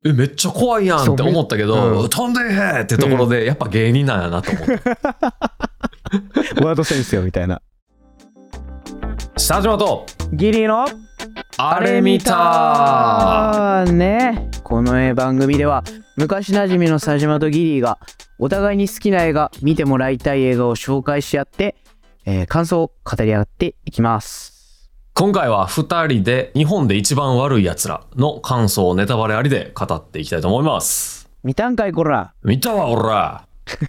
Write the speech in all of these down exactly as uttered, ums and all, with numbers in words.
え、めっちゃ怖いやんって思ったけど、うん、飛んでへってところで、やっぱ芸人なんやなと思って。 ワードセンスよみたいな。 下島とギリのあれ見たね。この番組では昔なじみの佐島とギリがお互いに好きな映画、見てもらいたい映画を紹介し合って、えー、感想を語り合っていきます。 今回はふたりで日本で一番悪い奴らの感想をネタバレありで語っていきたいと思います。 見たんかいこら。 見たわおら。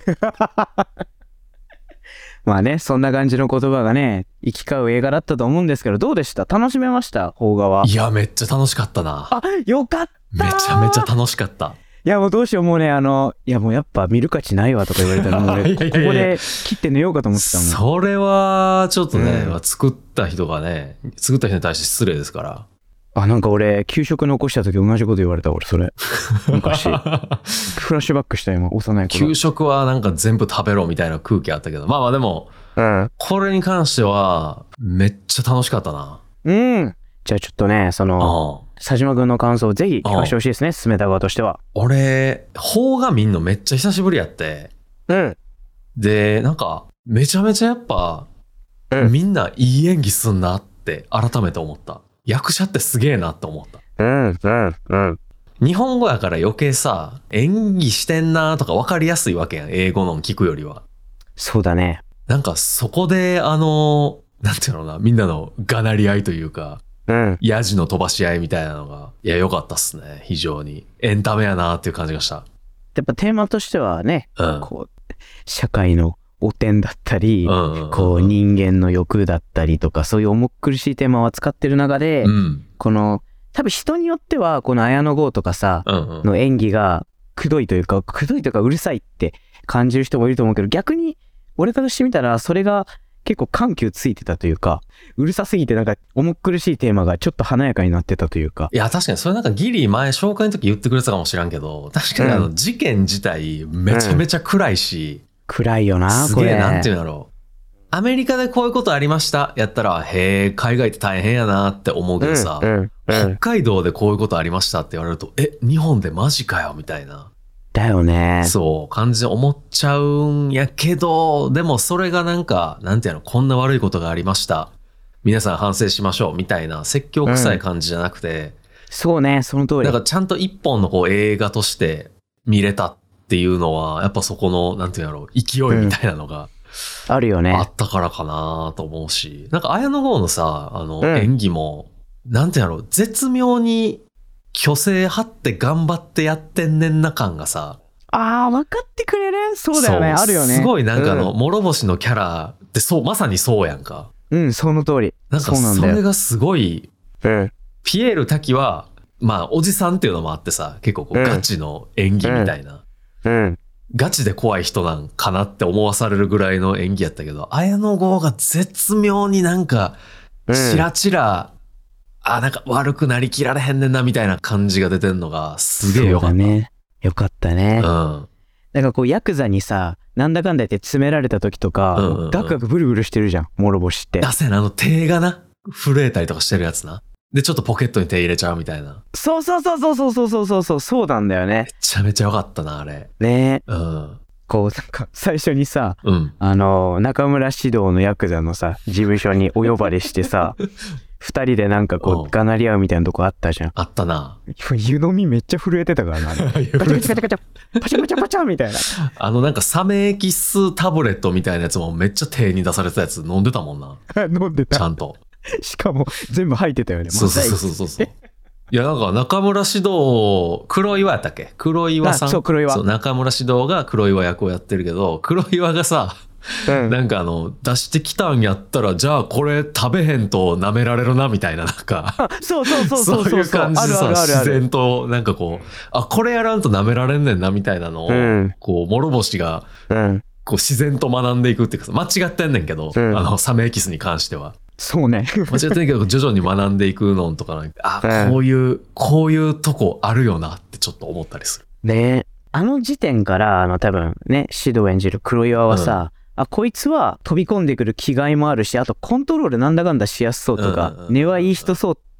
まあね、そんな感じの言葉がね行き交う映画だったと思うんですけど、どうでした？楽しめました？邦画は。 いやめっちゃ楽しかったな。 あ、よかった。 めちゃめちゃ楽しかった。 いやもうどうしよう、もうね、あのいやもうやっぱ見る価値ないわとか言われたらもう俺ここで切って寝ようかと思ってたもん。 それはちょっとね、うん、作った人がね作った人に対して失礼ですから。 あ、なんか俺給食残した時同じこと言われた俺それ昔フラッシュバックした今幼い頃。 給食はなんか全部食べろみたいな空気あったけど、まあまあでも、うん、これに関してはめっちゃ楽しかったな。 うん。じゃあちょっとね、その佐島くんの感想をぜひ聞かせてほしいですね、進めた側としては。 俺邦画見んのめっちゃ久しぶりやって。うんでなんかめちゃめちゃやっぱ、うん、みんないい演技すんなって改めて思った。役者ってすげえなって思った。うんうんうん。日本語やから余計さ演技してんなとか分かりやすいわけやん、英語の聞くよりは。 そうだね。 なんかそこであのなんていうのな、みんなのがなり合いというか、うん、ヤジの飛ばし合いみたいなのが、いや良かったっすね。非常にエンタメやなっていう感じがした。 やっぱテーマとしてはね、うん、こう社会の汚点だったり、うんうんうんうん、こう人間の欲だったりとか、そういう重苦しいテーマを扱ってる中で、うん、この多分人によってはこの綾野剛とかさ、うんうん、の演技がくどいというかくどいというかうるさいって感じる人もいると思うけど、逆に俺からしてみたらそれが結構緩急ついてたというか、うるさすぎてなんか重苦しいテーマがちょっと華やかになってたというか。 いや確かにそれなんかギリ前紹介の時言ってくれてたかもしらんけど、確かにあの事件自体めちゃめちゃ暗いし、うん、 暗いよな。 すげえなんていうんだろう、アメリカでこういうことありましたやったらへえ海外って大変やなって思うけどさ、うんうんうん、北海道でこういうことありましたって言われると、え日本でマジかよみたいな。 だよね。 そう感じで思っちゃうんやけど、でもそれがなんかなんていうの、こんな悪いことがありました皆さん反省しましょうみたいな説教臭い感じじゃなくて、うん、 そうね、その通り。 なんかちゃんと一本のこう映画として見れたっていうのはやっぱそこのなんていうんだろう、勢いみたいなのが、 うん、あるよね。 あったからかなと思うし、なんか綾野剛のさあの、うん、演技もなんていうんだろう、絶妙に虚勢張って頑張ってやってんねんな感がさ、 あー分かってくれる。そうだよね、あるよね。 すごいなんかあの、うん、諸星のキャラってそうまさにそうやんか。 うん、その通り。 なんかそれがすごい、うん、ピエール滝はまあおじさんっていうのもあってさ、結構こう、うん、ガチの演技みたいな、うんうん、ガチで怖い人なんかなって思わされるぐらいの演技やったけど、綾野剛が絶妙になんかチラチラ、うん、あなんか悪くなりきられへんねんなみたいな感じが出てんのがすげえよかった。そうだね、よかったね。うん。 なんかこうヤクザにさなんだかんだ言って詰められた時とか、うんうんうん、ガクガクブルブルしてるじゃん、諸星って。 出せな、あの手がな震えたりとかしてるやつな。でちょっとポケットに手入れちゃうみたいな。 そうそうそうそうそうそうそうそうそうなんだよね。 めちゃめちゃよかったなあれね。うん。こうなんか最初にさ、うん、あの中村獅童のヤクザのさ事務所にお呼ばれしてさ二人でなんかこうがなり合うみたいなとこあったじゃん。 あったな。 湯飲みめっちゃ震えてたからな。ガチャガチャガチャガチャパチャパチャパチャみたいな。 あのなんかサメエキスタブレットみたいなやつもめっちゃ手に出されてたやつ飲んでたもんな。 飲んでた。 ちゃんと。 しかも全部入ってたよね。 そうそうそうそうそう。いやなんか中村獅童、黒岩やったっけ？黒岩さん。 そう黒岩。 そう中村獅童が黒岩役をやってるけど、黒岩がさ。うん、なんかあの出してきたんやったらじゃあこれ食べへんと舐められるなみたいな、なんかそうそうそうそうそういう感じでさ、自然となんかこうあこれやらんと舐められんねんなみたいなのを、うん、こう諸星が、うん、こう自然と学んでいくっていうか、間違ってんねんけど、うん、あのサメエキスに関してはそうね間違ってんねんけど徐々に学んでいくのとかなんかあ、うん、こういうこういうとこあるよなってちょっと思ったりするね。あの時点からあの多分ね獅童演じる黒岩はさ、うんあこいつは飛び込んでくる気概もあるし、あとコントロールなんだかんだしやすそうとか、根はいい人そう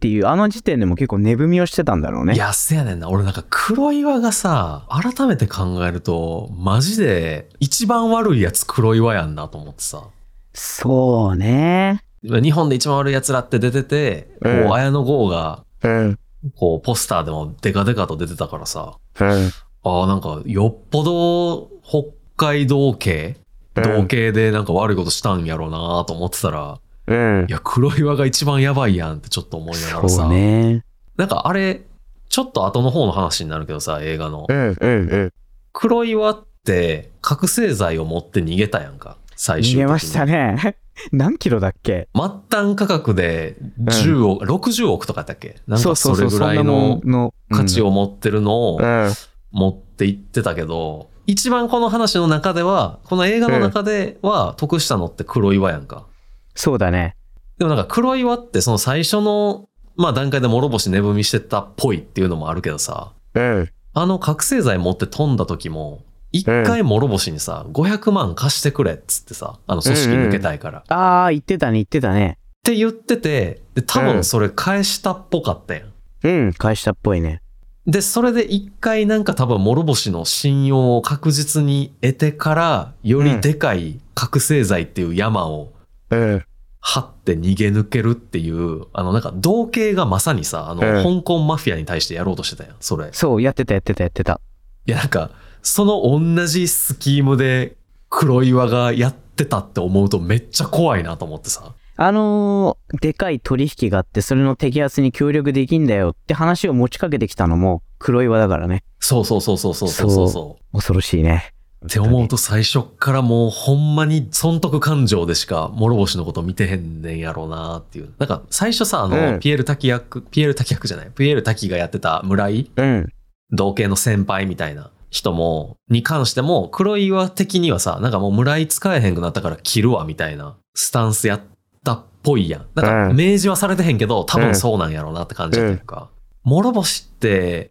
っていうあの時点でも結構値踏みをしてたんだろうね。 いや、せやねんな。俺なんか黒岩がさ、改めて考えると、マジで一番悪いやつ黒岩やんなと思ってさ。 そうね。 日本で一番悪いやつらって出てて、こう、うん、綾野剛が、うん、こう、ポスターでもデカデカと出てたからさ、うん、ああ、なんか、よっぽど、北海道系、道系でなんか悪いことしたんやろうなと思ってたら、うん、いや、黒岩が一番やばいやんってちょっと思いながらさ、 そうね。 なんかあれ、ちょっと後の方の話になるけどさ、映画の。うんうんうん、黒岩って覚醒剤を持って逃げたやんか、最終的に。 逃げましたね。何キロだっけ？ 末端価格でじゅうおく、うん、ろくじゅうおくとかだっけ？なんかそれぐらいの価値を持ってるのを持っていってたけど、一番この話の中では、この映画の中では得したのって黒岩やんか。 そうだね。 でもなんか黒岩ってその最初の、まあ段階で諸星値踏みしてたっぽいっていうのもあるけどさ、うん、あの覚醒剤持って飛んだ時も、一回諸星にさ、ごひゃくまん貸してくれっつってさ、あの組織抜けたいから。 うんうん、ああ、言ってたね、言ってたね。 って言ってて、で、多分それ返したっぽかったやん。 うん、返したっぽいね。 で、それで一回なんか多分諸星の信用を確実に得てから、よりでかい覚醒剤っていう山を、張って逃げ抜けるっていう、あのなんか同系がまさにさ、あの、香港マフィアに対してやろうとしてたやん、それ。 そう、やってたやってたやってた。 いやなんか、その同じスキームで黒岩がやってたって思うとめっちゃ怖いなと思ってさ。 あのー、でかい取引があってそれの摘発に協力できんだよって話を持ちかけてきたのも黒岩だからね。 そうそうそうそうそうそうそう。 恐ろしいね。 って思うと最初からもうほんまに損得感情でしか諸星のこと見てへんねんやろうなっていう。なんか最初さ、あの、うん、ピエール滝役、ピエール滝役じゃない、ピエール滝がやってた村井、うん、同系の先輩みたいな人も、に関しても黒岩的にはさ、なんかもう村井使えへんくなったから切るわみたいなスタンスやったっぽいやん。なんか明示はされてへんけど、多分そうなんやろうなって感じだったりとか。諸星って、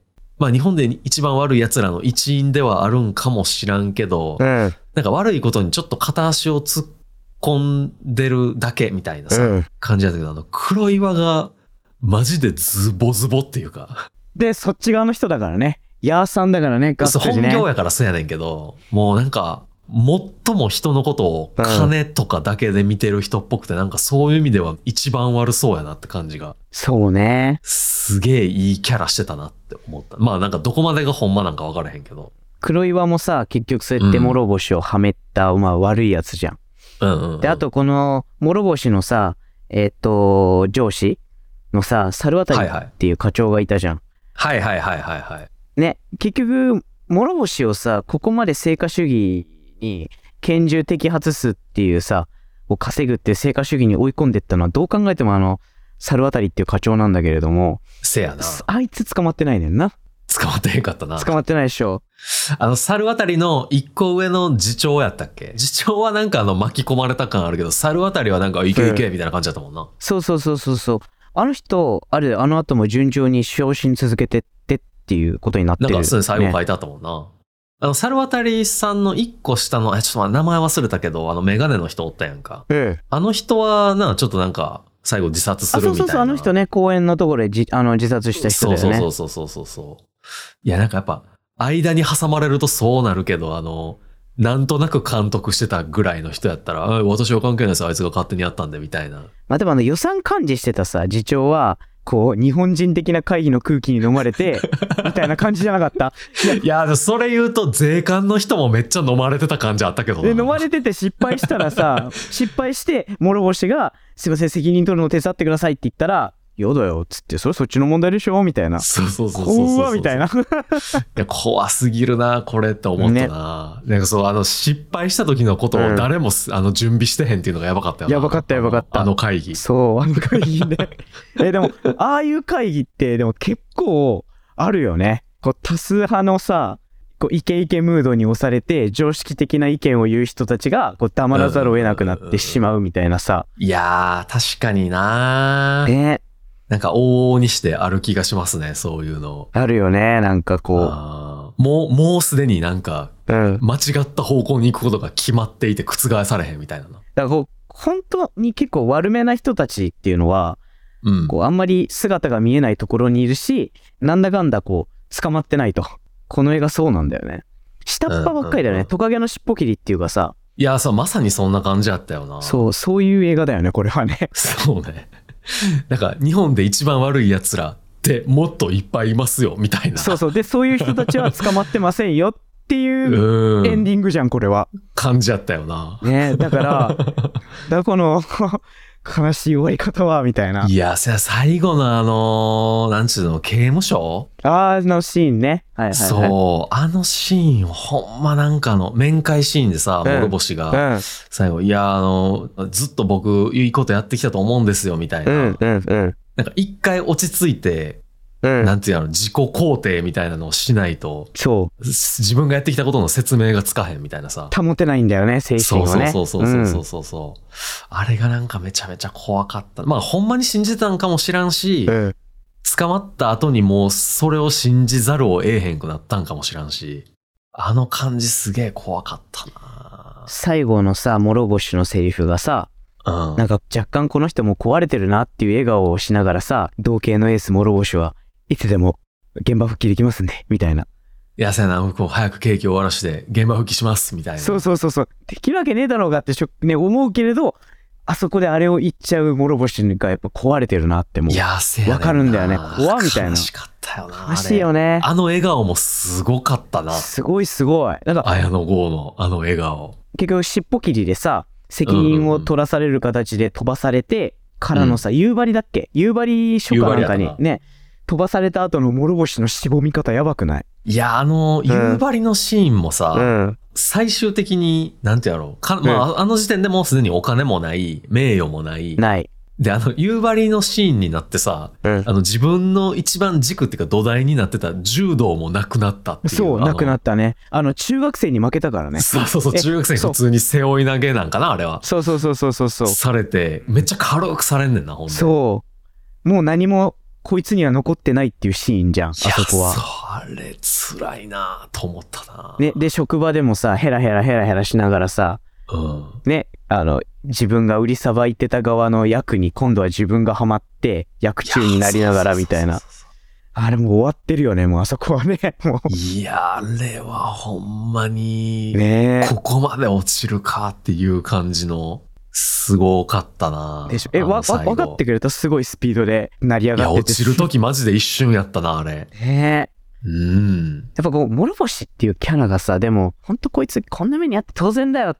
まあ日本で一番悪い奴らの一員ではあるんかもしらんけど、うん、なんか悪いことにちょっと片足を突っ込んでるだけみたいなさ、うん、感じだったけど、あの黒岩がマジでズボズボっていうか。 で、そっち側の人だからね。ヤーさんだからね、 ガッツジね。本業やからそうやねんけど、もうなんか、最も人のことを金とかだけで見てる人っぽくて、うん、なんかそういう意味では一番悪そうやなって感じが。 そうね。 すげえいいキャラしてたなって思った。まあなんかどこまでがほんまなんか分からへんけど。 黒岩もさ、結局そうやって諸星をはめた、うん、まあ悪いやつじゃん。 うんうんうん、 で、あとこの諸星のさ、えっと、上司のさ、猿渡っていう課長がいたじゃん。 はいはいはいはいはい。 ね、結局、諸星をさ、ここまで成果主義に拳銃摘発すっていうさ、を稼ぐっていう成果主義に追い込んでったのは、どう考えてもあの、猿渡っていう課長なんだけれども、 せやな。 あいつ捕まってないねんな。 捕まってへんかったな。 捕まってないでしょ。 あの、猿渡の一個上の次長やったっけ？次長はなんかあの、巻き込まれた感あるけど、猿渡はなんか、いけいけみたいな感じだったもんな。 そうそうそうそうそう。あの人、あれ、あの後も順調に昇進続けてってっていうことになってる、ね。 なんか、それ最後書いてあったもんな。あの、猿渡さんの一個下の、え、ちょっと名前忘れたけど、あの、メガネの人おったやんか。ええ。あの人は、な、ちょっとなんか、最後自殺するみたいな。あ、そうそうそう、 あの人ね、公園のところでじあの自殺した人だよね。 そうそうそうそうそう。いや、なんかやっぱ、間に挟まれるとそうなるけど、あの、なんとなく監督してたぐらいの人やったら、私は関係ないです、あいつが勝手にやったんで、みたいな。 まあでもあの予算管理してたさ、次長は、こう、日本人的な会議の空気に飲まれて、みたいな感じじゃなかった？ いや、いやそれ言うと税関の人もめっちゃ飲まれてた感じあったけどな。 で、飲まれてて失敗したらさ、失敗して、諸星が、すいません、責任取るの手伝ってくださいって言ったら、やだよ、つって、それそっちの問題でしょみたいな。 そうそうそうそうそうそう。 怖みたいな。いや、怖すぎるな、これって思ったな。ね、なんかそう、あの、失敗した時のことを誰も、うん、あの、準備してへんっていうのがやばかったよな。 やばかったやばかった。 あの会議。 そう、あの会議ね。え、でも、ああいう会議って、でも結構あるよね。こう、多数派のさ、こうイケイケムードに押されて常識的な意見を言う人たちがこう黙らざるを得なくなってしまうみたいなさ。 いやー、確かになー。 ね。 なんか往々にしてある気がしますね、そういうの。 あるよね、なんかこう。あもう、もうすでになんか、間違った方向に行くことが決まっていて覆されへんみたいな。だからこう、本当に結構悪めな人たちっていうのは、 うん、こうあんまり姿が見えないところにいるし、なんだかんだこう捕まってないと。この映画そうなんだよね。下っ端ばっかりだよね、うんうんうん、トカゲの尻尾切りっていうかさ。 いやそうまさにそんな感じだったよな。 そうそういう映画だよねこれはね。 そうね。なんか日本で一番悪いやつらってもっといっぱいいますよみたいな。 そうそうでそういう人たちは捕まってませんよっていうエンディングじゃんこれは。 感じやったよな。 ねだからだからこの悲しい終わり方はみたいな。 いや最後のあのなんちゅうの刑務所あのシーンね、はいはいはい、 そうあのシーンほんまなんかの面会シーンでさ、うん、諸星が最後、うん、いやあのずっと僕いいことやってきたと思うんですよみたいな、うんうんうん、なんか一回落ち着いて、うん、なんていうの自己肯定みたいなのをしないとそう自分がやってきたことの説明がつかへんみたいなさ保てないんだよね精神をね。 そうそうそうそうそうそう、うん、あれがなんかめちゃめちゃ怖かった。まあほんまに信じてたんかもしらんし、うん、捕まった後にもうそれを信じざるを得へんくなったんかもしらんし、あの感じすげえ怖かったな。 最後のさ諸星のセリフがさ、うん、なんか若干この人も壊れてるなっていう笑顔をしながらさ、同系のエース諸星はいつでも現場復帰できますねみたいな。 いやせやな、こう早く刑期終わらして現場復帰しますみたいな。 そうそうそうそう、できるわけねえだろうがってしょ、ね、思うけれど、あそこであれを言っちゃう諸星がやっぱ壊れてるなってもう分かるんだよね。怖みたいな。悲しかったよな。 悲しいよね。 あの笑顔もすごかったな。 すごいすごい。なんか綾野剛のあの笑顔。 結局尻尾切りでさ責任を取らされる形で飛ばされてからのさ、うん、夕張だっけ、夕張署かなんかにね飛ばされた後の諸星のしぼみ方やばくない？ いやあの夕張のシーンもさ、うん、最終的になんてやろうか、まあ、うん、あの時点でもうすでにお金もない名誉もないないで、あの夕張のシーンになってさ、うん、あの自分の一番軸っていうか土台になってた柔道もなくなったっていう。 そうなくなったね。あの中学生に負けたからね。 そうそうそう、中学生に普通に背負い投げなんかなあれは。 そうそうそうそうそうそうされてめっちゃ軽くされんねんなほんで。 そうもう何もこいつには残ってないっていうシーンじゃんあそこは。 そうあれ辛いなと思ったな。 ねで職場でもさヘラヘラヘラヘラしながらさ、うん、ねあの自分が売りさばいてた側の役に今度は自分がハマって役中になりながらみたいな。あれもう終わってるよねもうあそこはねもう。 いやあれはほんまにねここまで落ちるかっていう感じの。すごかったな。 でしょ。え、わ、わ、分かってくれた？すごいスピードで成り上がってて。 いや、落ちるときマジで一瞬やったな、あれ。 ねえ。うん。 やっぱこう、諸星っていうキャラがさ、でも、ほんとこいつこんな目にあって当然だよって、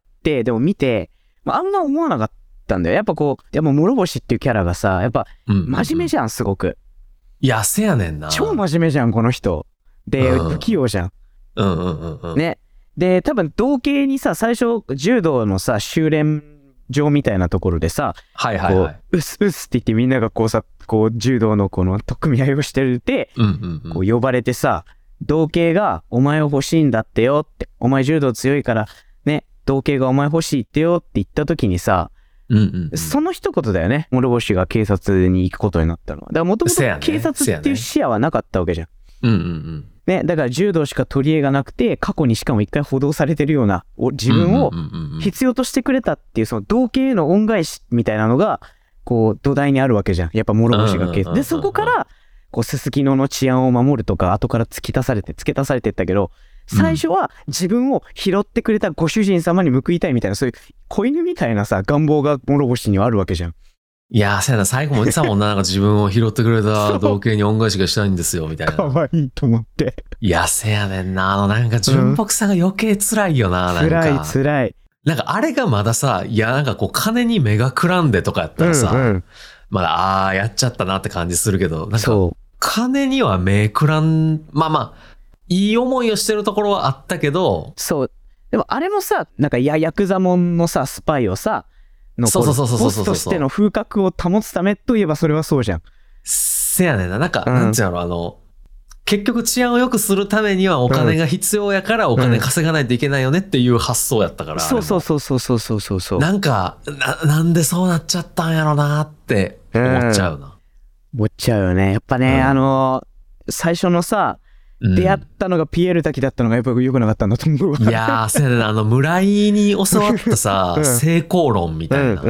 でも見て、まあ、あんま思わなかったんだよ。やっぱこう、やっぱ諸星っていうキャラがさ、やっぱ、真面目じゃん、すごく。 いや、せやねんな。 超真面目じゃん、この人。で、うん、不器用じゃん。 うんうんうんうん。 ね。で、多分、同系にさ、最初、柔道のさ、修練、場みたいなところでさ、 はいはいはい、 こううっすうっすって言ってみんながこうさこう柔道のこの組み合いをしてるで、うんうんうん、こう呼ばれてさ同系がお前を欲しいんだってよってお前柔道強いからね同系がお前欲しいってよって言った時にさ、うんうんうん、その一言だよね諸星が警察に行くことになったのは。だからもともと警察っていう視野はなかったわけじゃん。 うんうんうんね、だから柔道しか取り柄がなくて過去にしかも一回補導されてるような自分を必要としてくれたっていうその同系への恩返しみたいなのがこう土台にあるわけじゃんやっぱ諸星が警察でそこからこうすすきのの治安を守るとか後から突き出されて突き出されてったけど最初は自分を拾ってくれたご主人様に報いたいみたいなそういう子犬みたいなさ願望が諸星にはあるわけじゃん。 いやー、そうやな、最後も言ってたもんな、なんか自分を拾ってくれた同系に恩返しがしたいんですよ、みたいな。 かわいいと思って。 いや、せやねんな、あの、なんか純朴さが余計辛いよな、うん、なんか。 辛い、辛い。 なんかあれがまださ、いや、なんかこう、金に目がくらんでとかやったらさ、うんうん、まだ、あー、やっちゃったなって感じするけど、なんか、金には目くらん、まあまあ、いい思いをしてるところはあったけど、 そう。でもあれもさ、なんか、や、ヤクザモンのさ、スパイをさ、のボスとしての風格を保つためといえばそれはそうじゃん。 せやねんな。なんか、うん、なんちゃうの、あの、結局治安を良くするためにはお金が必要やからお金稼がないといけないよねっていう発想やったから。うん、そうそうそうそうそうそうそう。 なんかな、なんでそうなっちゃったんやろなって思っちゃうな。うん、 思っちゃうよね。やっぱね、うん、あの、最初のさ、出会ったのがピエール滝だったのがやっぱり良くなかったんだと思う。 いやー、そうやね、あの村井に教わったさ、うん、成功論みたいな、うんうん、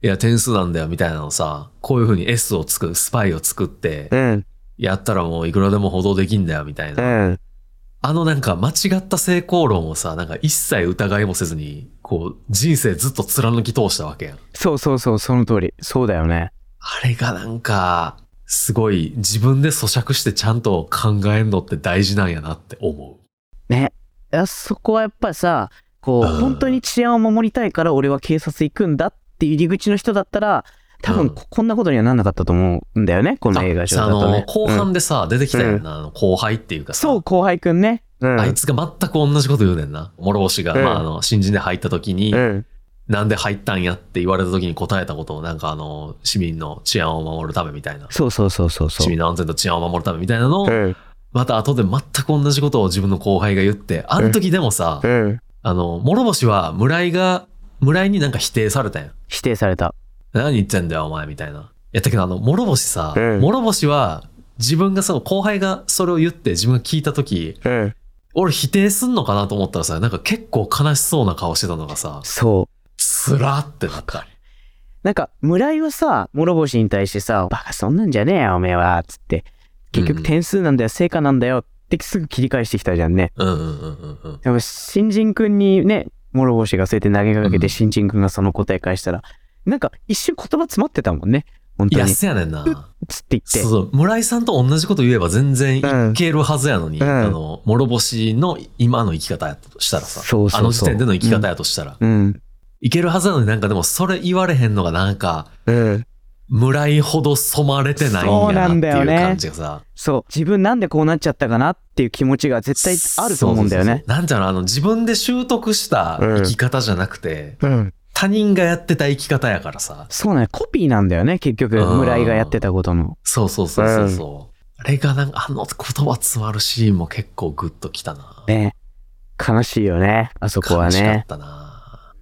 いや点数なんだよみたいなのさ、こういう風に S を作る、スパイを作って、うん、やったらもういくらでも補導できんだよみたいな。うん、あのなんか間違った成功論をさ、なんか一切疑いもせずに、こう人生ずっと貫き通したわけやん。 そうそうそう、その通り。そうだよね。 あれがなんか、すごい自分で咀嚼してちゃんと考えんのって大事なんやなって思う。 ね。そこはやっぱりさ、こう、うん、本当に治安を守りたいから俺は警察行くんだっていう入り口の人だったら、多分こんなことにはなんなかったと思うんだよね、うん、この映画上だとね。 あの、後半でさ、うん、出てきたよな、あの後輩っていうかさ。 そう、後輩くんね。 うん、あいつが全く同じこと言うねんな。諸星が、うん、まあ、あの、新人で入った時に、うん、なんで入ったんやって言われた時に答えたことを、なんかあの、市民の治安を守るためみたいな。 そうそうそうそう。 市民の安全と治安を守るためみたいなのを、うん、また後で全く同じことを自分の後輩が言って、あの時でもさ、うん、あの、諸星は村井が、村井になんか否定されたんや。 否定された。 何言ってんだよ、お前みたいな。やったけど、あの、諸星さ、うん、諸星は、自分がその後輩がそれを言って自分が聞いた時、うん、俺否定すんのかなと思ったらさ、なんか結構悲しそうな顔してたのがさ、 そう。 つらってなった。 なんか、村井はさ、諸星に対してさ、バカそんなんじゃねえよ、おめえは、つって。結局点数なんだよ、うん、成果なんだよってすぐ切り返してきたじゃんね。うんうんうんうん。でも、新人くんにね、諸星がそうやって投げかけて、新人くんがその答え返したら、うん、なんか一瞬言葉詰まってたもんね。本当に。 いや、せやねんな。 つって言って。 そうそう。村井さんと同じこと言えば全然いけるはずやのに、うん、あの、諸星の今の生き方やとしたらさ、そうそうそう、あの時点での生き方やとしたら、うんうん、いけるはずなのになんかでもそれ言われへんのがなんか、うん、村井ほど染まれてないんやなっていう感じがさ。そうなんだよね。 そう。自分なんでこうなっちゃったかなっていう気持ちが絶対あると思うんだよね。そうそうそうそう。なんていうの、あの、自分で習得した生き方じゃなくて、うんうん他人がやってた生き方やからさ。 そうね。コピーなんだよね。結局、村井がやってたことの。 そうそうそうそうそう、うん。あれがなんか、あの言葉詰まるシーンも結構グッときたな。 ね。悲しいよね。あそこはね。 悲しかったな。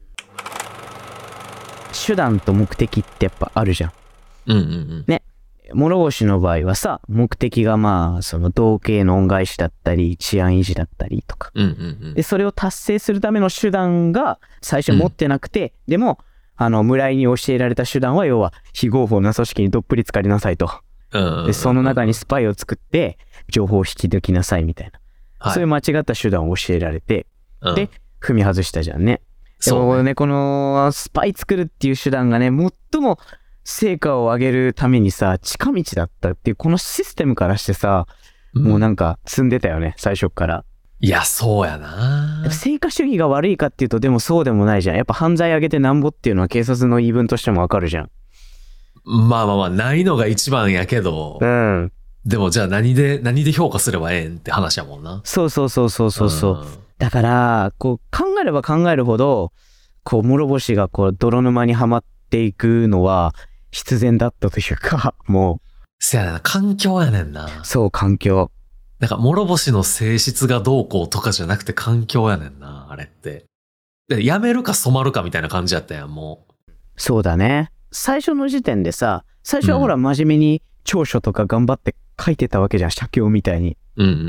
手段と目的ってやっぱあるじゃん。 うんうんうん。 ね。諸星の場合はさ、目的がまあ、その道警の恩返しだったり、治安維持だったりとか。 うんうんうん、 で、それを達成するための手段が最初持ってなくて、うん、でも、あの、村井に教えられた手段は、要は、非合法な組織にどっぷり浸かりなさいと。うんうんうんうん、で、その中にスパイを作って、情報を引き抜きなさいみたいな。はい、そういう間違った手段を教えられて、うん、で、踏み外したじゃんね。でもね、ねこの、スパイ作るっていう手段がね、最も、成果を上げるためにさ、近道だったっていう、このシステムからしてさ、うん、もうなんか積んでたよね、最初から。 いや、そうやな。 成果主義が悪いかっていうと、でもそうでもないじゃん。やっぱ犯罪上げてなんぼっていうのは警察の言い分としてもわかるじゃん。 まあまあまあ、ないのが一番やけど。うん。でもじゃあ何で、何で評価すればええんって話やもんな。 そうそうそうそうそうそう。うん、だから、こう考えれば考えるほど、こう、諸星がこう、泥沼にはまっていくのは、必然だったというか、もう。 せやな、環境やねんな。 そう、環境。 なんか、諸星の性質がどうこうとかじゃなくて環境やねんな、あれって。で、やめるか染まるかみたいな感じやったやん、もう。 そうだね。最初の時点でさ、最初はほら、真面目に長所とか頑張って書いてたわけじゃん、写経みたいに。 うんうんうんうん。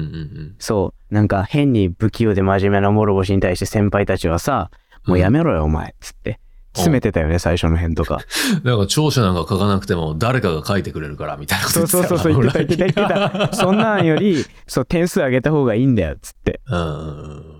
そう。なんか、変に不器用で真面目な諸星に対して先輩たちはさ、もうやめろよ、うん、お前、つって。詰めてたよね、最初の辺とか。 なんか長所なんか書かなくても誰かが書いてくれるからみたいなこと言ってた。 そうそうそう、言ってた言ってた言ってた。そんなんより、そう、点数上げた方がいいんだよ、つって。うん。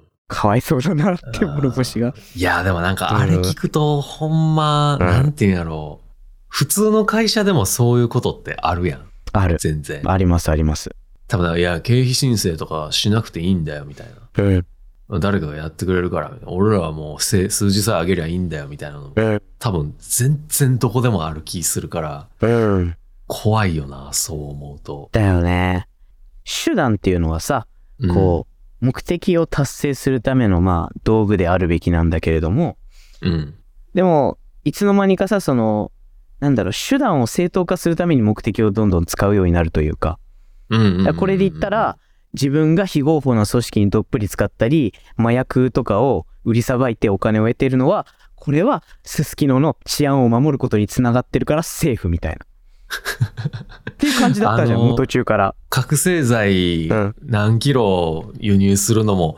かわいそうだなって、諸星が。 いや、でもなんかあれ聞くと、ほんま、うん、なんていうんやろう。普通の会社でもそういうことってあるやん。 ある。 全然。 ありますあります。 多分、いや、経費申請とかしなくていいんだよ、みたいな。うん。誰かがやってくれるから、俺らはもう数字さえ上げりゃいいんだよみたいなの、うん、多分全然どこでもある気するから、うん、怖いよな、そう思うと。 だよね。手段っていうのはさ、こう、うん、目的を達成するためのまあ道具であるべきなんだけれども、うん、でもいつの間にかさ、そのなんだろう、手段を正当化するために目的をどんどん使うようになるというか、うんうんうんうん、これで言ったら自分が非合法な組織にどっぷり使ったり、麻薬とかを売りさばいてお金を得ているのは、これはすすきのの治安を守ることにつながってるからセーフみたいな。っていう感じだったじゃん、もう途中から。 覚醒剤何キロ輸入するのも、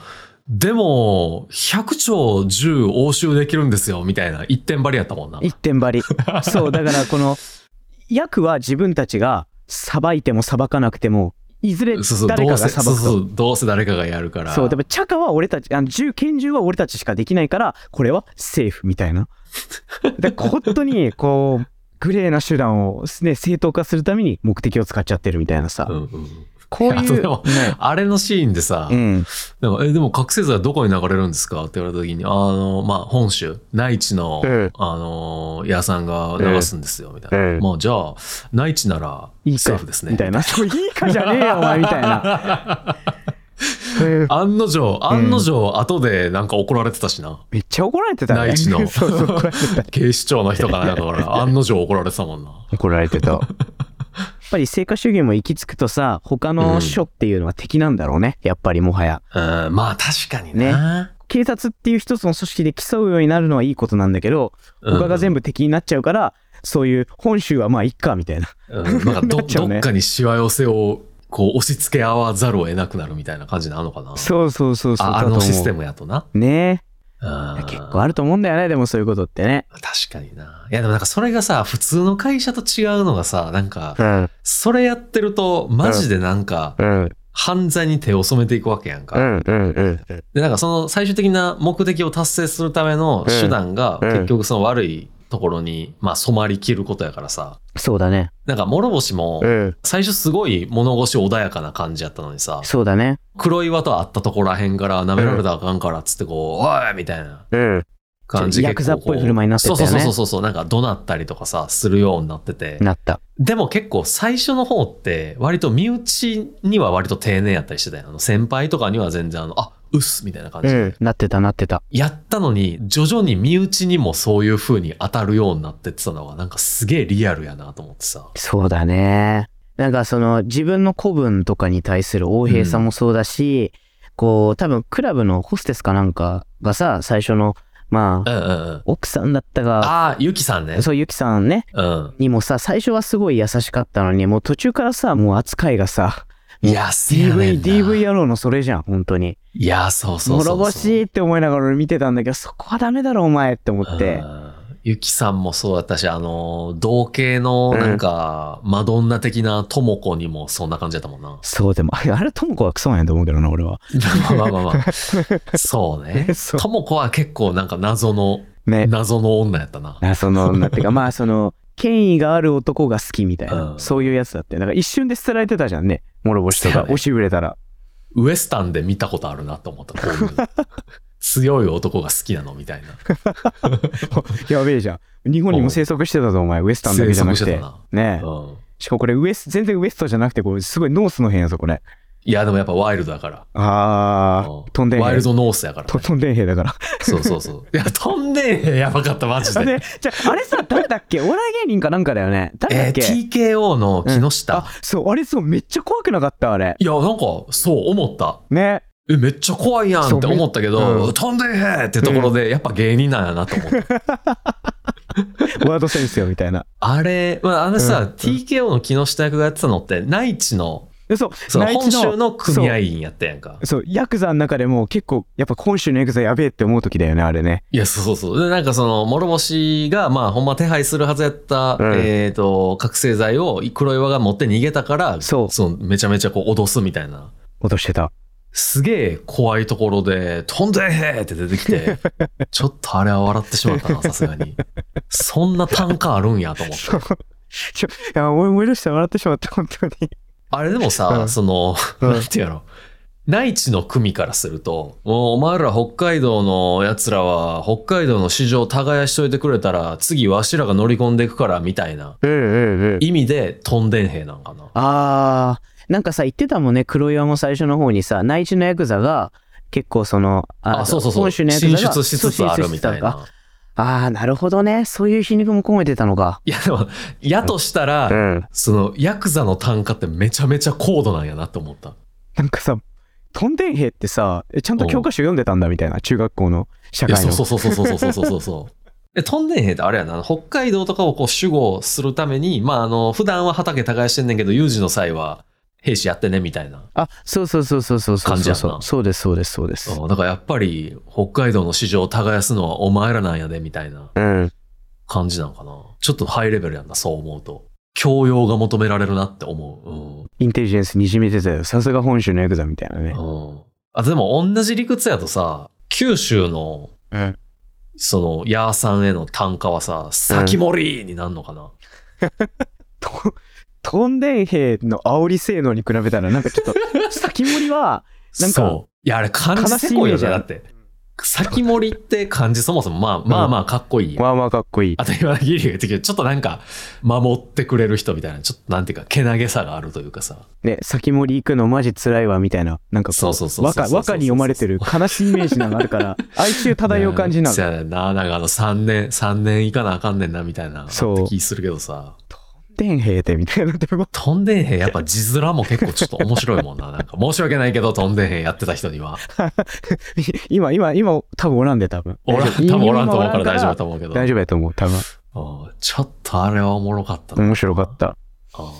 でも、ひゃく丁銃押収できるんですよ、みたいな一点張りやったもんな。 一点張り。そう、だからこの、役は自分たちが裁いても裁かなくても、いずれ誰かが裁くと。そうそう、どうせ誰かがやるから。 そう、でもチャカは俺たち、あの銃、拳銃は俺たちしかできないから、これはセーフみたいな。で本当に、こう、グレーな手段を、ね、正当化するために目的を使っちゃってるみたいなさ。うんうん、こういう。あとでも、ね、あれのシーンでさ、うん、なんかえでも覚醒剤はどこに流れるんですかって言われた時に、あの、まあ、本州、内地の、うん、あの、屋さんが流すんですよ、みたいな。うん、まあ、じゃあ、内地なら、セーフですね。 みたいな。そう、いいかじゃねえよ、お前、みたいな。 案の定、案の定、後でなんか怒られてたしな。 めっちゃ怒られてたね。 内地の警視庁の人かなんかから案の定怒られてたもんな。 怒られてた。やっぱり成果主義も行き着くとさ、他の署っていうのは敵なんだろうね。やっぱりもはや。 うん、まあ確かにね。 警察っていう一つの組織で競うようになるのはいいことなんだけど、他が全部敵になっちゃうから、そういう本州はまあいっかみたいな。 うん、なんか ど, どっかにしわ寄せをこう押し付け合わざるを得なくなるみたいな感じなのかな。 そうそうそうそう。 あ, あのシステムやとな。 ねえ。結構あると思うんだよね、でもそういうことってね。 確かにな。いやでもなんかそれがさ、普通の会社と違うのがさ、なんか、うん、それやってるとマジでなんか、うん、犯罪に手を染めていくわけやんか。うんうんうん、でなんかその最終的な目的を達成するための手段が結局その悪いところに、まあ、染まりきることやからさ。 そうだね。 なんか諸星も最初すごい物腰穏やかな感じやったのにさ、 そうだね。 黒岩と会ったところらへんから舐められたらあかんからっつってこう、うん、おいみたいな感じでヤクザっぽい振る舞いになってたよね。 そうそうそうそう、なんか怒鳴ったりとかさするようになってて。 なった。 でも結構最初の方って割と身内には割と丁寧やったりしてたよ。あの先輩とかには全然あのあうっすみたいな感じで、うん、 なってたなってた。 やったのに徐々に身内にもそういう風に当たるようになってってたのがなんかすげえリアルやなと思ってさ。 そうだね。なんかその自分の子分とかに対する横柄さもそうだし、うん、こう多分クラブのホステスかなんかがさ最初のまあ、うんうんうん、奥さんだったが、 ああ、ゆきさんね。 そう、ゆきさんね、うん。にもさ、最初はすごい優しかったのに、もう途中からさ、もう扱いがさ、 いや、 ディーブイ、ディーブイ 野郎のそれじゃん、本当に。 いや、そうそうそうそう。 諸星って思いながら俺見てたんだけど、そこはダメだろ、お前って思って。 ゆきさんもそうだったし、あの、同系のなんか、うん、マドンナ的なともこにもそんな感じだったもんな。 そう、でも、あれ、ともこはクソなんやと思うけどな、俺は。 まあまあまあまあ。そうね。ともこは結構なんか謎の、ね、謎の女やったな。 謎の女ってか、まあその、権威がある男が好きみたいな、うん、そういうやつだって。だから一瞬で捨てられてたじゃんね。諸星とか、押しぶれたら。 ウエスタンで見たことあるなと思った。こういう強い男が好きなのみたいな。 やべえじゃん。日本にも生息してたぞ、お前。ウエスタンだけじゃなくて。ねえ、うん。しかもこれウエス、全然ウエストじゃなくて、これすごいノースの辺やぞ、これ。 いや、でもやっぱワイルドだから。 ああ、とんでん兵。 ワイルドノースやから、ね。 とんでん兵だから。 そうそうそう。いや、とんでん兵やばかった、マジで。 あれ、じゃあ、あれさ、誰だっけお笑い芸人かなんかだよね。誰だっけ、えー、 ティーケーオー の木下、うん。 あ、そう、あれそう、めっちゃ怖くなかった、あれ。 いや、なんか、そう思った。 ね。 え、めっちゃ怖いやんって思ったけど、うん、とんでん兵ってところで、やっぱ芸人なんやなと思って。 ワードセンスよ、みたいな。 あれ、まあ、あのさ、うん、ティーケーオー の木下役がやってたのって、内地の、 そう、 その本州の組合員やったやんか。 そう、ヤクザの中でも結構、やっぱ本州のヤクザやべえって思う時だよね、あれね。 いや、そうそうそう。で、なんかその、諸星が、まあ、ほんま手配するはずやった、うん、えっと、覚醒剤を黒岩が持って逃げたから、そう。そのめちゃめちゃこう、脅すみたいな。 脅してた。 すげえ怖いところで、とんでん兵って出てきて、ちょっとあれは笑ってしまったな、さすがに。そんな単価あるんやと思って。 ちょ、いや、思い出して笑ってしまった、本当に。 あれでもさ、うん、その、うん、なんていうの、内地の組からすると、もうお前ら北海道の奴らは、北海道の市場耕しといてくれたら、次わしらが乗り込んでいくから、みたいな意味で、とんでん兵なんかな。 あー。なんかさ、言ってたもんね、黒岩も最初の方にさ、内地のヤクザが、結構その、 あ、あそうそうそう、本州のヤクザが進出しつつあるみたいな。 ああ、なるほどね。そういう皮肉も込めてたのか。 いや、でも、やとしたら、うん、その、ヤクザの単価ってめちゃめちゃ高度なんやなって思った。 なんかさ、とんでん兵ってさ、ちゃんと教科書読んでたんだみたいな、中学校の社会の。いや、 そうそうそうそうそうそうそうそう。で、とんでん兵ってあれやな、北海道とかをこう守護するために、まあ、あの、普段は畑耕してんねんけど、有事の際は、 兵士やってねみたいな。 あ、そうそうそうそうそうそう。 感じやな。 そうですそうですそうです。 だからやっぱり北海道の市場を耕すのはお前らなんやでみたいな感じなのかな。ちょっとハイレベルやんな、そう思うと。教養が求められるなって思う。うん、 インテリジェンスにじめてたよ。さすが本州のヤクザみたいなね。 うん、あ、でも同じ理屈やとさ、九州の、うん、そのヤーさんへの単価はさ、先盛りになるのかな。うんトンデン兵の煽り性能に比べたらなんかちょっと先盛りはなんかそういやあれ漢字せこいよね。だって先盛りって漢字そもそもまあまあまあかっこいい、 うん、まあまあかっこいい。 あと今ギリが言ってきてちょっとなんか守ってくれる人みたいなちょっとなんていうかけなげさがあるというかさね先盛り行くのマジ辛いわみたいななんかこう和歌和歌に読まれてる悲しいイメージがあるから哀愁漂う感じなの。 そうやねんな。なんかあのさんねんさんねんいかなあかんねんなみたいなって気するけどさ。 トンデン兵ってみたいな。 トンデン兵やっぱ字面も結構ちょっと面白いもんな。なんか申し訳ないけどトンデン兵やってた人には今今今多分おらんで多分おらん多分おらんと思うから大丈夫だと思うけど大丈夫やと思う多分。 ちょっとあれはおもろかったな。 面白かった。あ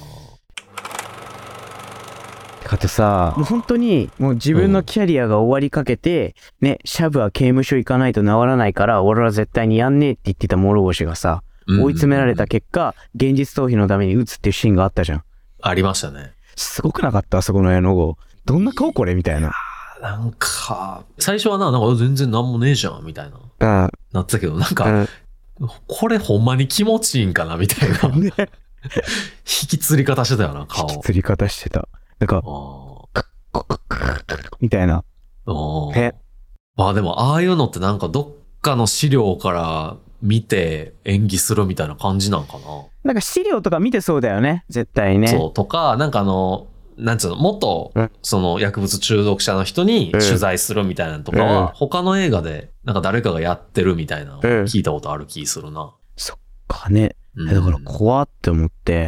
かとさもう本当にもう自分のキャリアが終わりかけて、うん、ねシャブは刑務所行かないと治らないから俺は絶対にやんねえって言ってた諸星がさ追い詰められた結果、現実逃避のために撃つっていうシーンがあったじゃん。 ありましたね。 すごくなかった？あそこの絵の具。どんな顔これみたいな。 なんか、最初はな、なんか全然なんもねえじゃんみたいな。なってたけど、なんか、これほんまに気持ちいいんかなみたいな。ね、引きつり方してたよな、顔。 引きつり方してた。なんか、みたいな。 ね。まあでも、ああいうのってなんかどっかの資料から見て演技するみたいな感じなんかな。 なんか資料とか見てそうだよね、絶対ね。 そう、とか、なんかあの、なんつうの、元、その薬物中毒者の人に取材するみたいなのとかは、他の映画で、なんか誰かがやってるみたいなの聞いたことある気するな。 そっかね。だから怖って思って。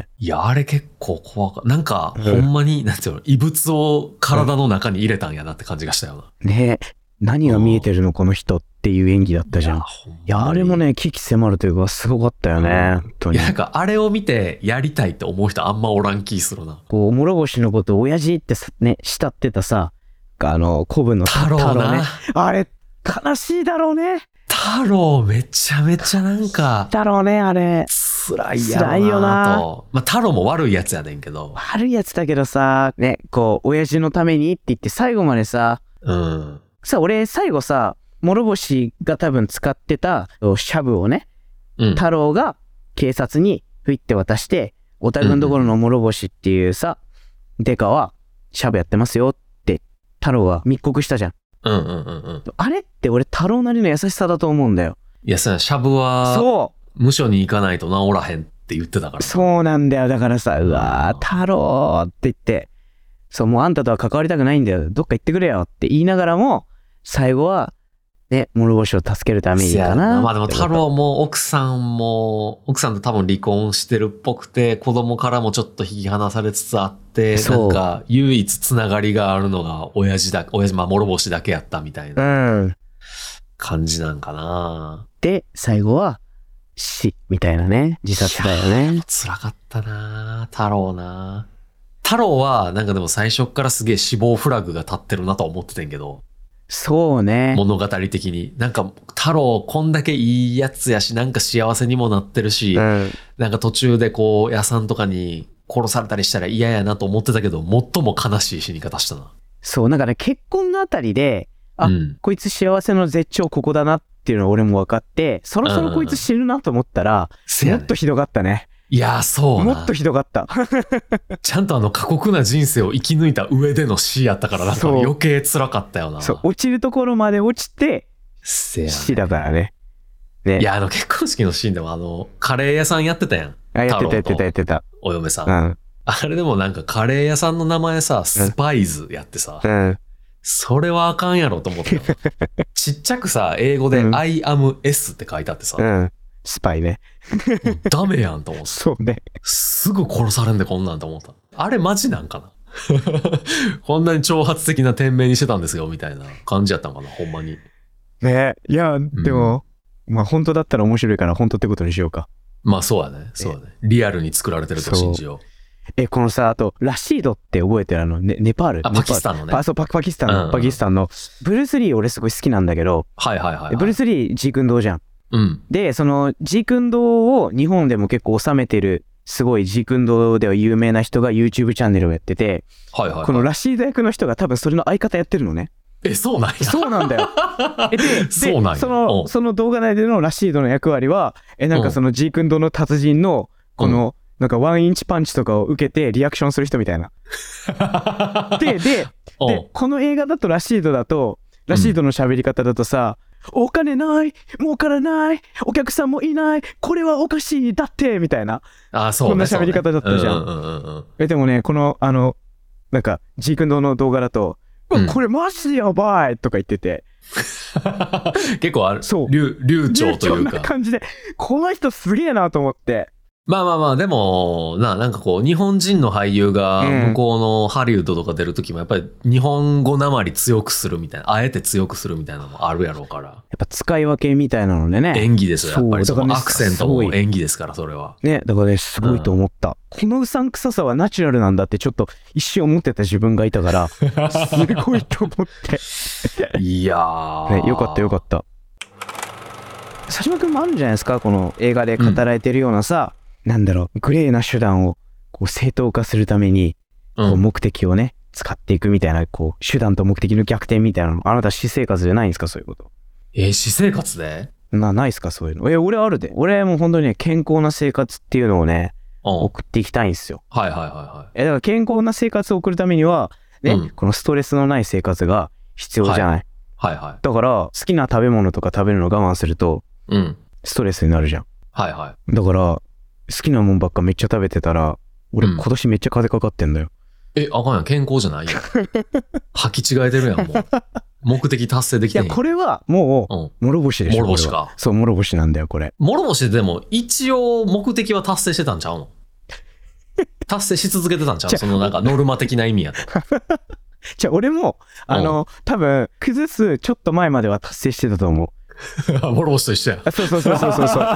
いや、あれ結構怖かった。なんか、ほんまに、なんていうの、異物を体の中に入れたんやなって感じがしたよな。 ねえ。何が見えてるのこの人っていう演技だったじゃん。いや、あれもね、危機迫るというか、すごかったよね。本当に。 いや、なんか、あれを見てやりたいって思う人あんまおらん気するな。 こう、諸星のこと、親父ってね、慕ってたさ、あの、古文の太郎な。 ね、あれ、悲しいだろうね。 太郎、めちゃめちゃなんか。 だろうね、あれ。 辛いやろな。辛いよな。まあ、太郎も悪いやつやねんけど。 悪いやつだけどさ、ね、こう、親父のためにって言って最後までさ、 うん。 さ、俺、最後さ、諸星が多分使ってたシャブをね、うん、太郎が警察にふいって渡して、おたくんところの諸星っていうさ、うん、デカはシャブやってますよって太郎は密告したじゃん。 うんうんうんうん。 あれって俺太郎なりの優しさだと思うんだよ。 いやさ、シャブは、そう。無所に行かないと治らへんって言ってたから。 そうなんだよ。だからさ、うわー、太郎って言って、そう、もうあんたとは関わりたくないんだよ。どっか行ってくれよって言いながらも、最後は、ね、諸星を助けるためにかな。 まあでも太郎も奥さんも、奥さんと多分離婚してるっぽくて、子供からもちょっと引き離されつつあって、なんか唯一つながりがあるのが親父だ、親父、まあ諸星だけやったみたいな感じなんかな。 で、最後は死みたいなね、自殺だよね。 辛かったな太郎な。太郎はなんかでも最初からすげえ死亡フラグが立ってるなと思ってたんけど。 そうね。 物語的に。なんか、太郎こんだけいいやつやし、なんか幸せにもなってるし、うん、なんか途中でこう、屋さんとかに殺されたりしたら嫌やなと思ってたけど、最も悲しい死に方したな。 そう、なんかね、結婚のあたりで、あ、うん、こいつ幸せの絶頂ここだなっていうのは俺も分かって、そろそろこいつ死ぬなと思ったら、うん、もっとひどかったね。 いやー、そうな。もっとひどかった。 ちゃんとあの過酷な人生を生き抜いた上での死やったから、なんか余計辛かったよな。 そう、落ちるところまで落ちて、死だからね。 ね。いや、あの結婚式のシーンでもあの、カレー屋さんやってたやん。 あ、やってたやってたやってた。 お嫁さん。うん、あれでもなんかカレー屋さんの名前さ、スパイズやってさ、うん、それはあかんやろと思って。ちっちゃくさ、英語で、うん、I am S って書いてあってさ、 うんスパイね。 ダメやんと思って。 そうね。 すぐ殺されんでこんなんと思った。あれマジなんかなこんなに挑発的な店名にしてたんですよみたいな感じやったんかなほんまに。 ねいや、でも、うん、まあ本当だったら面白いから本当ってことにしようか。 まあそうやね。そうやね。リアルに作られてると信じよえ、このさ、あと、ラシードって覚えてるあの、ね、ネパールあ、パキスタンのね。 パそうパ、パキスタンの、うん、パキスタンの、ブルース・リー俺すごい好きなんだけど、 はいはいはい、はい。 ブルース・リー、ジークンドーじゃん。 うん。 で、その、ジークンドーを日本でも結構収めてる、すごいジークンドーでは有名な人が YouTube チャンネルをやってて、 はいはいはい、 このラシード役の人が多分それの相方やってるのね。 え、そうなんや。 そうなんだよ。えで、 そうなんや。 その、その動画内でのラシードの役割は、え、なんかそのジークンドーの達人の、この、うんなんかワンインチパンチとかを受けてリアクションする人みたいな。で、で、で、この映画だとラシードだと、ラシードの喋り方だとさ、うん、お金ない、儲からない、お客さんもいない、これはおかしい、だって、みたいな。 あ、そうね。 こんな喋り方だったじゃん。え、でもね、この、あの、なんか、ジークンドーの動画だと、うん、これマジやばいとか言ってて。 結構ある。そう。流、流暢というか。 流暢な感じで、この人すげえなと思って。 まあまあまあ、でも、な、なんかこう、日本人の俳優が向こうのハリウッドとか出るときも、やっぱり日本語なまり強くするみたいな、あえて強くするみたいなのもあるやろうから。やっぱ使い分けみたいなのでね。 演技ですよ、やっぱり。そのアクセントも演技ですから、それは。 ね、だからね、すごいと思った。うん、このうさんくささはナチュラルなんだってちょっと一瞬思ってた自分がいたから、すごいと思って。 いやー。 ね、よかったよかった。佐島くんもあるんじゃないですか、この映画で語られてるようなさ、うんなんだろう、グレーな手段をこう正当化するために、こう目的をね、使っていくみたいな、こう、手段と目的の逆転みたいなの、あなた私生活じゃないんですか、そういうこと。 えー、私生活でな、ないっすか、そういうの。え、俺あるで。俺もう本当にね、健康な生活っていうのをね、送っていきたいんですよ。 はいはいはいはい。 え、だから健康な生活を送るためには、ね、うん、このストレスのない生活が必要じゃない。 はい、はいはい。 だから、好きな食べ物とか食べるの我慢すると、 うん。 ストレスになるじゃん。 はいはい。 だから、好きなもんばっかめっちゃ食べてたら、俺今年めっちゃ風邪かかってんだよ。 うん、え、あかんやん。健康じゃないよ。履き違えてるやん、もう。目的達成できてん。 いや、これはもう、諸星でしょ。 諸星か。 そう、諸星なんだよ、これ。 諸星でも、一応目的は達成してたんちゃうの達成し続けてたんちゃうそのなんかノルマ的な意味やと。 じゃあ俺も、あの、多分、崩すちょっと前までは達成してたと思う。 諸星と一緒や。 そうそうそうそうそうそう。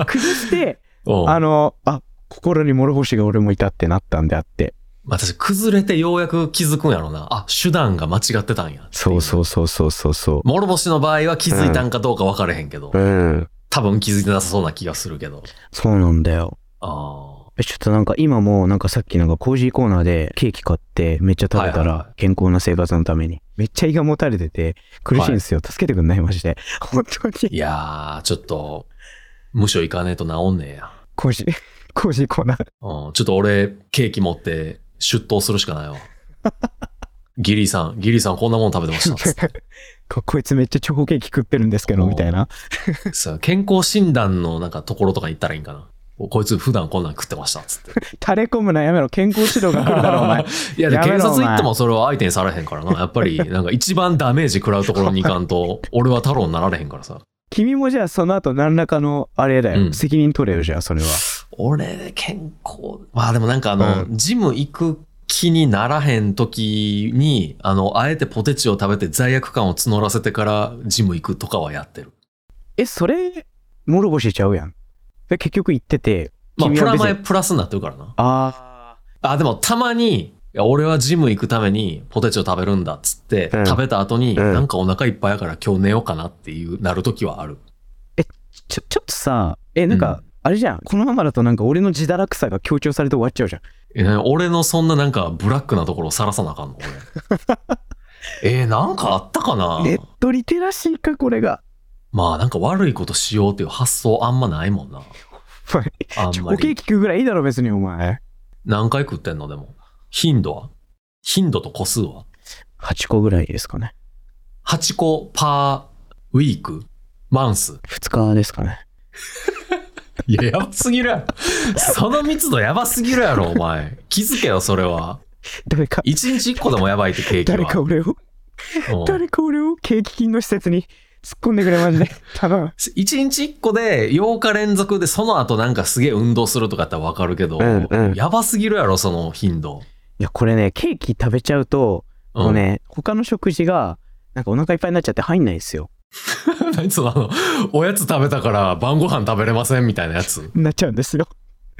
崩して、あの、あ、心に諸星が俺もいたってなったんであって。 私、崩れてようやく気づくんやろな。あ、手段が間違ってたんや。 そうそうそうそうそうそう。 諸星の場合は気づいたんかどうか分かれへんけど。うん。多分気づいてなさそうな気がするけど。 そうなんだよ。 ああ。 え、ちょっとなんか今もなんかさっきなんかコージーコーナーでケーキ買ってめっちゃ食べたら健康な生活のために。めっちゃ胃がもたれてて苦しいんですよ。はい、助けてくんないマジで。本当に。 いやー、ちょっと、無所行かねえと治んねえや。 コージー、コージーコーナー。 うん、ちょっと俺、ケーキ持って出頭するしかないわ。ギリーさん、ギリーさんこんなもん食べてました。 こ, こいつめっちゃチョコケーキ食ってるんですけど、みたいな。 さあ、健康診断のなんかところとか行ったらいいんかな。こいつ普段こんなん食ってましたっつって。 垂れ込むなやめろ。健康指導が来るだろお前。 いやで警察行ってもそれは相手にされへんからな。やっぱりなんか一番ダメージ食らうところに行かんと俺は太郎になられへんからさ。 君もじゃあその後何らかのあれだよ、うん、責任取れよじゃあそれは。 俺健康まあでもなんかあの、うん、ジム行く気にならへん時にあのあえてポテチを食べて罪悪感を募らせてからジム行くとかはやってる。 えそれ諸星ちゃうやん。で結局行ってて、 まあ、プラマイプラスになってるからな。 ああ。でもたまに、いや俺はジム行くためにポテチを食べるんだっつって、うん、食べた後に、うん、なんかお腹いっぱいやから今日寝ようかなっていうなる時はある。 え、ちょ、ちょっとさ、え、なんか、うん、あれじゃん。このままだとなんか俺の自堕落さが強調されて終わっちゃうじゃん。 え、俺のそんななんかブラックなところをさらさなあかんの俺。えー、なんかあったかな。 ネットリテラシーか、これが。 まあなんか悪いことしようっていう発想あんまないもんな。 あんまり。チョコケーキ食うぐらいいいだろ別にお前。 何回食ってんのでも。頻度は頻度と個数ははちこぐらいですかね。 はちこパーウィークマンスふつかですかね。 いや、やばすぎるやろ。その密度やばすぎるやろ、お前。気づけよ、それは。 誰か。 いちにちいっこでもやばいってケーキは。 誰か俺を、誰か俺をケーキ菌の施設に突っ込んでくれマジで。頼む。 いちにちいっこでようか連続でその後なんかすげえ運動するとかやったらわかるけど、うんうん、やばすぎるやろ、その頻度。 いや、これね、ケーキ食べちゃうと、うん、もうね、他の食事が、なんかお腹いっぱいになっちゃって入んないですよ。 何そのあの、おやつ食べたから晩ご飯食べれませんみたいなやつ。 なっちゃうんですよ。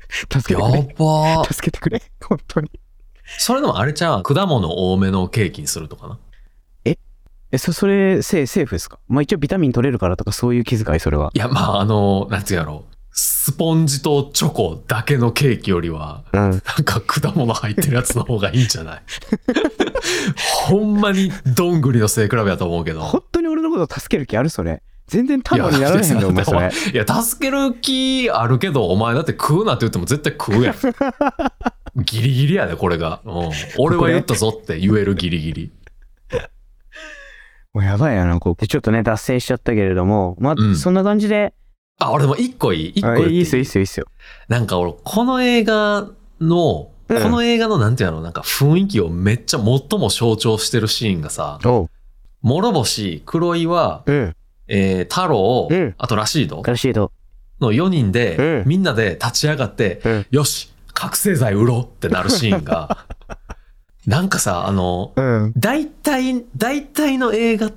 助けてくれ。 やばー。 助けてくれ。本当に。 それでもあれちゃう、果物多めのケーキにするとかな。 ええ、そ、それ、セーフですか？まあ一応ビタミン取れるからとかそういう気遣い、それは。 いや、まああの、なんていうやろう。スポンジとチョコだけのケーキよりは、うん、なんか果物入ってるやつの方がいいんじゃないほんまにどんぐりの背比べだと思うけど。 本当に俺のこと助ける気あるそれ。全然タロにならへんのお前それ。 いや、助ける気あるけど、お前だって食うなって言っても絶対食うやん。ギリギリやで、これが。うん、俺は言ったぞって言えるギリギリ。 もうやばいやな、こう。ちょっとね、脱線しちゃったけれども、まあ、うん、そんな感じで。 あ、俺でも一個いい一個いい。 いいっすよ、いいっすよ、いいっすよ。 なんか俺、この映画の、うん、この映画のなんていうの、なんか雰囲気をめっちゃ最も象徴してるシーンがさ、諸星、黒岩、うん、えー、太郎、うん、あとラシード。 ラシード。 のよにんで、うん、みんなで立ち上がって、うん、よし、覚醒剤売ろうってなるシーンが、なんかさ、あの、うん、大体、大体の映画って、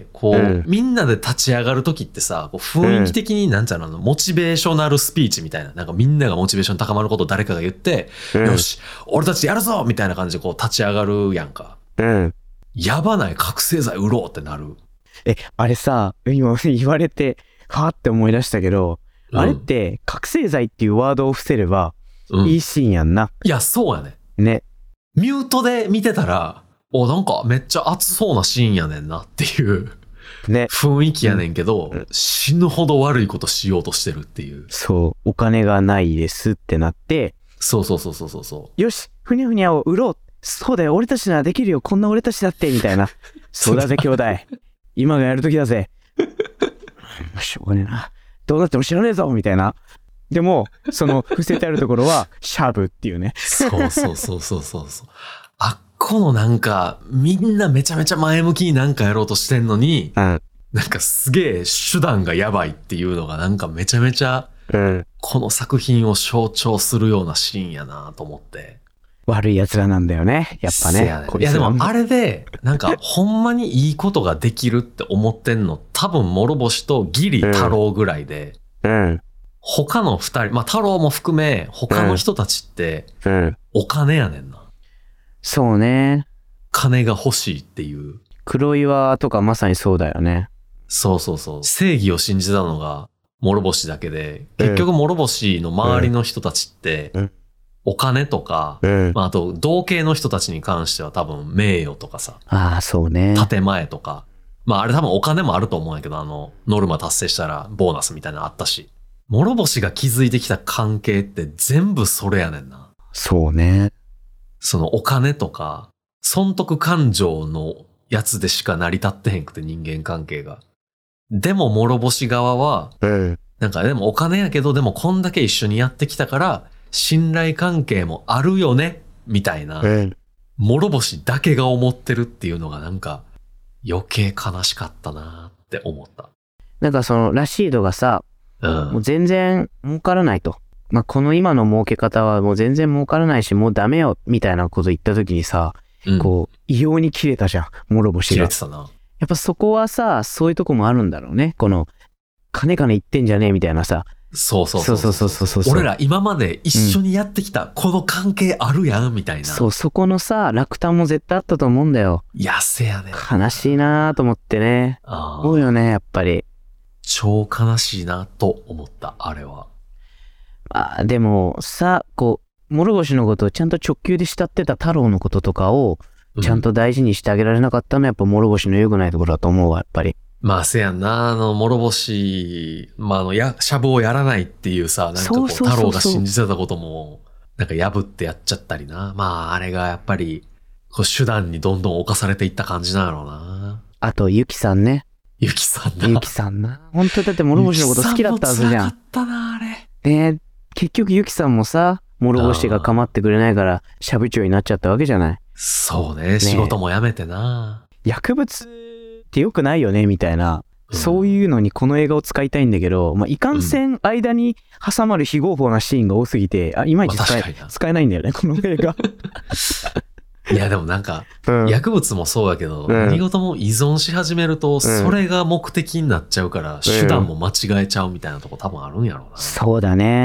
こう、うん、みんなで立ち上がるときってさ、こう雰囲気的になんちゃうの、モチベーショナルスピーチみたいな、なんかみんながモチベーション高まることを誰かが言って、うん、よし、俺たちやるぞみたいな感じでこう立ち上がるやんか。うん。やばない、覚醒剤売ろうってなる。 え、あれさ、今言われて、はぁって思い出したけど、うん、あれって、覚醒剤っていうワードを伏せれば、うん、いいシーンやんな。 いや、そうやね。 ね。 ミュートで見てたら、お、なんかめっちゃ熱そうなシーンやねんなっていう、ね、雰囲気やねんけど、うん、死ぬほど悪いことしようとしてるっていう。 そう、お金がないですってなって、 そうそうそうそうそうそう。 よし、ふにゃふにゃを売ろう。そうだよ、俺たちならできるよ。こんな俺たちだって、みたいな。そうだぜ、兄弟。今がやるときだぜ。しょうがねえな。どうなっても知らねえぞみたいな。でも、その伏せてあるところは、シャブっていうね。 そうそうそうそうそうそう。あっこのなんか、みんなめちゃめちゃ前向きになんかやろうとしてんのに、うん、なんかすげえ手段がやばいっていうのがなんかめちゃめちゃ、うん、この作品を象徴するようなシーンやなと思って。 悪い奴らなんだよね。やっぱね。 ねいやでもあれで、なんかほんまにいいことができるって思ってんの、多分諸星とギリ太郎ぐらいで、うんうん、他の二人、まあ太郎も含め、他の人たちって、お金やねんな、うんうん。 そうね。 金が欲しいっていう。 黒岩とかまさにそうだよね。 そうそうそう。正義を信じたのが諸星だけで、結局諸星の周りの人たちって、うんうん、お金とか、うんまあ、あと同系の人たちに関しては多分名誉とかさ。 ああ、そうね。 建前とか。まああれ多分お金もあると思うんやけど、あの、ノルマ達成したらボーナスみたいなのあったし。諸星が築いてきた関係って全部それやねんな。 そうね。 そのお金とか、損得感情のやつでしか成り立ってへんくて人間関係が。でも諸星側は、うん、なんかでもお金やけど、でもこんだけ一緒にやってきたから、信頼関係もあるよね、みたいな、うん、諸星だけが思ってるっていうのがなんか余計悲しかったなって思った。 なんかそのラシードがさ、うん、もう全然儲からないと。まあ、この今の儲け方はもう全然儲からないし、もうダメよ、みたいなこと言った時にさ、うん、こう、異様に切れたじゃん、諸星が。 切れてたな。 やっぱそこはさ、そういうとこもあるんだろうね。この、金金言ってんじゃねえみたいなさ。 そうそうそうそうそうそうそうそう。俺ら今まで一緒にやってきた、この関係あるやん、みたいな。 そう、そこのさ、落胆も絶対あったと思うんだよ。 いや、せやね。 悲しいなと思ってね。思うよね、やっぱり。 超悲しいなと思った、あれは。 まあ、でもさ、こう、諸星のことをちゃんと直球で慕ってた太郎のこととかを、ちゃんと大事にしてあげられなかったのはやっぱ諸星の良くないところだと思うわ、やっぱり。 まあ、せやんな、あの、諸星、まあ、あの、や、シャブをやらないっていうさ、なんかこう、太郎が信じてたことも、なんか破ってやっちゃったりな。まあ、あれがやっぱり、こう、手段にどんどん侵されていった感じなんだろうな。 あと、ゆきさんね。 ゆきさんな。 ゆきさんな。本当だって諸星のこと好きだったはずじゃん。 好きだったな、あれ。 ねえ、結局ゆきさんもさ、諸星が構ってくれないから、シャブ長になっちゃったわけじゃない。 そうね、ね仕事も辞めてな。 薬物って良くないよね、みたいな。うん、そういうのにこの映画を使いたいんだけど、まあ、いかんせん間に挟まる非合法なシーンが多すぎて、あ、いまいち使え、まあ、使えないんだよね、この映画。 いやでもなんか、うん、薬物もそうだけど、うん、何事も依存し始めると、それが目的になっちゃうから、うん、手段も間違えちゃうみたいなとこ多分あるんやろうな。 そうだね。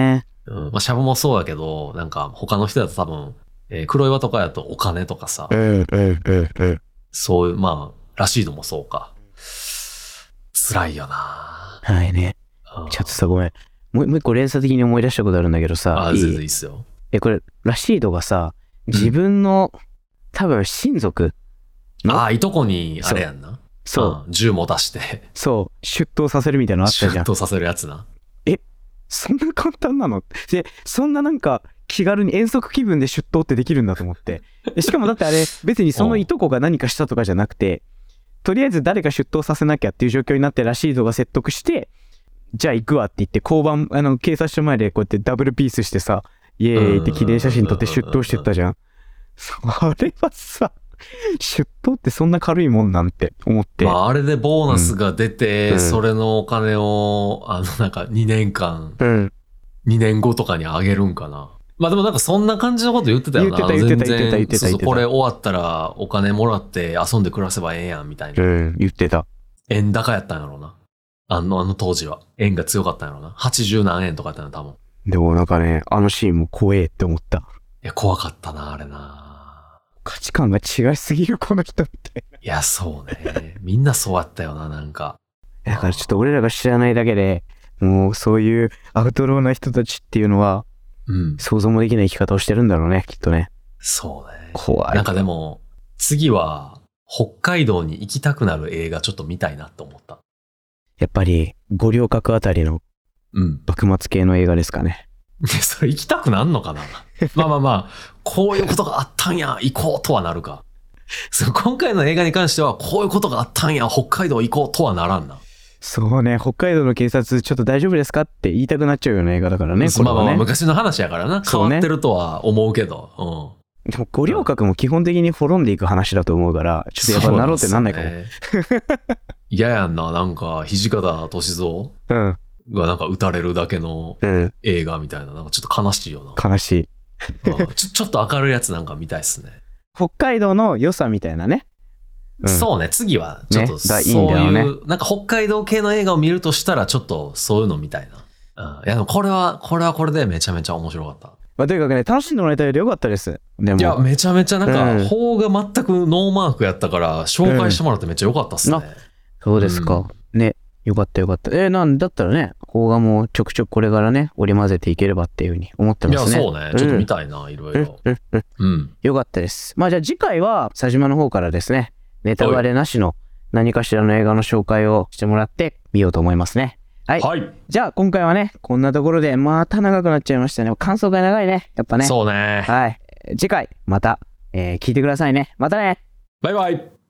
うん。まあ、シャブもそうだけど、なんか他の人だと多分、えー、黒岩とかやとお金とかさ。 ええええええ。 そういう、まあ、ラシードもそうか。辛いよな。 はいね。ちょっとさ、ごめん。もう一個連鎖的に思い出したことあるんだけどさ。 ああ、全然いいっすよ。 え、これ、ラシードがさ、自分の、うん、多分親族ああ、いとこに、あれやんな。 そう。 銃も出して。 そう。出頭させるみたいなのあったじゃん。 出頭させるやつな。 え、そんな簡単なの？で、そんななんか、気軽に遠足気分で出頭ってできるんだと思って。しかもだってあれ、別にそのいとこが何かしたとかじゃなくて、とりあえず誰か出頭させなきゃっていう状況になってラシードが説得して、じゃあ行くわって言って、交番、あの、警察署前でこうやってダブルピースしてさ、イエーイって記念写真撮って出頭してったじゃん。あれはさ、出頭ってそんな軽いもんなんて思って。 まあ、あれでボーナスが出て、うん、それのお金を、あの、なんかにねんかん、うん、にねんごとかにあげるんかな。まあでもなんかそんな感じのこと言ってたよな。 言ってた言ってた言ってた言ってた。 そうそう、これ終わったらお金もらって遊んで暮らせばええやんみたいな。 うん、言ってた。 円高やったんやろうな。あの、あの当時は。円が強かったんやろうな。はちじゅうなんえんとかやったの多分。 でもなんかね、あのシーンも怖えって思った。 いや、怖かったな、あれな。 価値観が違いすぎる、この人みたいな。 いや、そうね。みんなそうやったよな、なんか。 だからちょっと俺らが知らないだけで、もうそういうアウトローな人たちっていうのは、うん、想像もできない生き方をしてるんだろうね、きっとね。 そうね。 怖い。 なんかでも、次は、北海道に行きたくなる映画ちょっと見たいなって思った。 やっぱり、五稜郭あたりの、うん。幕末系の映画ですかね。 それ行きたくなんのかなまあまあまあ、こういうことがあったんや、行こうとはなるか。今回の映画に関しては、こういうことがあったんや、北海道行こうとはならんな。 そうね、北海道の警察ちょっと大丈夫ですかって言いたくなっちゃうような映画だからね。 まあまあまあ昔の話やからな。変わってるとは思うけど。 うん、でも五稜郭も基本的に滅んでいく話だと思うから、ちょっとやっぱなろうってなんないかも。 嫌、ね、やんな、なんか土方歳三がなんか撃たれるだけの映画みたいな、なんかちょっと悲しいよな。 悲しい。 ちょ、ちょっと明るいやつなんか見たいっすね。 北海道の良さみたいなね。 うん、そうね、次は、ちょっと、そういう、ね、なんか北海道系の映画を見るとしたら、ちょっとそういうの見たいな。うん。いや、でもこれは、これはこれでめちゃめちゃ面白かった。 まあ、とにかくね、楽しんでもらえたよりよかったです。でも。 いや、めちゃめちゃなんか、法、うん、が全くノーマークやったから、紹介してもらってめっちゃよかったっすね。うん、 そうですか。うん、ね。よかったよかった。えー、なんだったらね、邦画もちょくちょくこれからね、織り交ぜていければっていうふうに思ってますね。 いや、そうね。ちょっと見たいな、うん、いろいろ。 うん。よかったです。まあじゃあ次回は、佐島の方からですね、ネタバレなしの何かしらの映画の紹介をしてもらってみようと思いますね。はい。はい、じゃあ今回はね、こんなところでまた長くなっちゃいましたね。感想が長いね。やっぱね。 そうね。 はい。次回、また、えー、聞いてくださいね。またね。 バイバイ。